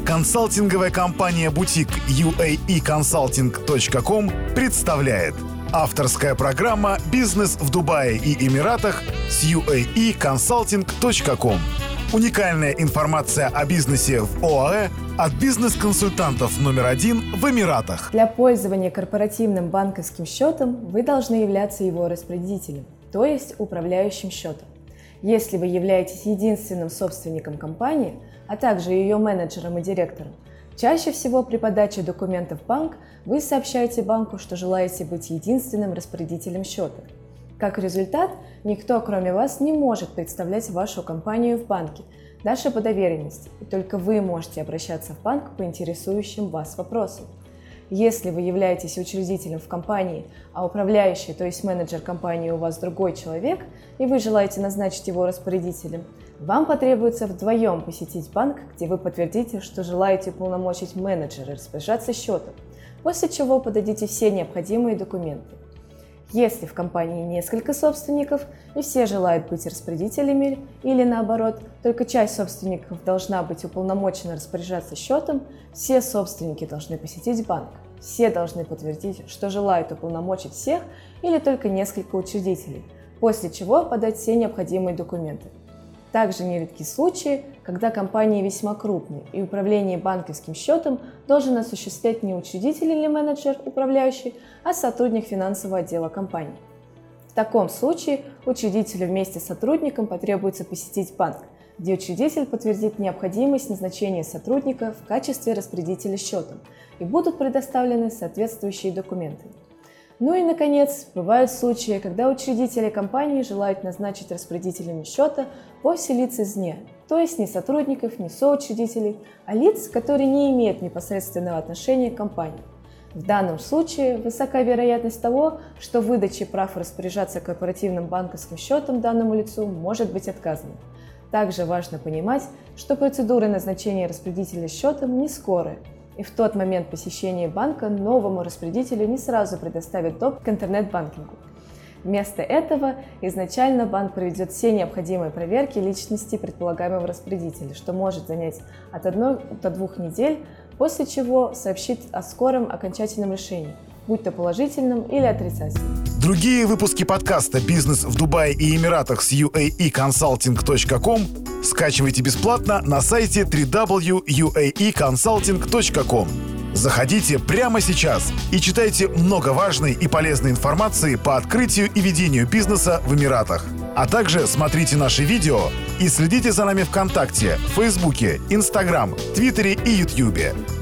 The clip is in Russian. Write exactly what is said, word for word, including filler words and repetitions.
Консалтинговая компания «Бутик» ю эй и консалтинг точка ком представляет авторская программа «Бизнес в Дубае и Эмиратах» с ю эй и консалтинг точка ком. Уникальная информация о бизнесе в ОАЭ от бизнес-консультантов номер один в Эмиратах. Для пользования корпоративным банковским счетом вы должны являться его распорядителем, то есть управляющим счетом. Если вы являетесь единственным собственником компании, а также ее менеджером и директором, чаще всего при подаче документов в банк вы сообщаете банку, что желаете быть единственным распорядителем счета. Как результат, никто, кроме вас, не может представлять вашу компанию в банке, даже по доверенности, и только вы можете обращаться в банк по интересующим вас вопросам. Если вы являетесь учредителем в компании, а управляющий, то есть менеджер компании у вас другой человек, и вы желаете назначить его распорядителем, вам потребуется вдвоем посетить банк, где вы подтвердите, что желаете уполномочить менеджера распоряжаться счетом, после чего подадите все необходимые документы. Если в компании несколько собственников и все желают быть распорядителями, или наоборот, только часть собственников должна быть уполномочена распоряжаться счетом, все собственники должны посетить банк. Все должны подтвердить, что желают уполномочить всех или только несколько учредителей, после чего подать все необходимые документы. Также нередки случаи, когда компании весьма крупные, и управление банковским счетом должен осуществлять не учредитель или менеджер, управляющий, а сотрудник финансового отдела компании. В таком случае учредителю вместе с сотрудником потребуется посетить банк, где учредитель подтвердит необходимость назначения сотрудника в качестве распорядителя счетом, и будут предоставлены соответствующие документы. Ну и, наконец, бывают случаи, когда учредители компании желают назначить распорядителями счета вовсе лиц извне, то есть не сотрудников, не соучредителей, а лиц, которые не имеют непосредственного отношения к компании. В данном случае высока вероятность того, что выдаче прав распоряжаться корпоративным банковским счетом данному лицу может быть отказано. Также важно понимать, что процедура назначения распорядителя счетом не скорая, и в тот момент посещения банка новому распорядителю не сразу предоставят доступ к интернет-банкингу. Вместо этого изначально банк проведет все необходимые проверки личности предполагаемого распорядителя, что может занять от одной до двух недель, после чего сообщит о скором окончательном решении, будь то положительном или отрицательном. Другие выпуски подкаста «Бизнес в Дубае и Эмиратах» с ю эй и консалтинг точка ком скачивайте бесплатно на сайте дабл ю дабл ю дабл ю точка ю эй и консалтинг точка ком. Заходите прямо сейчас и читайте много важной и полезной информации по открытию и ведению бизнеса в Эмиратах. А также смотрите наши видео и следите за нами ВКонтакте, Фейсбуке, Инстаграм, Твиттере и Ютьюбе.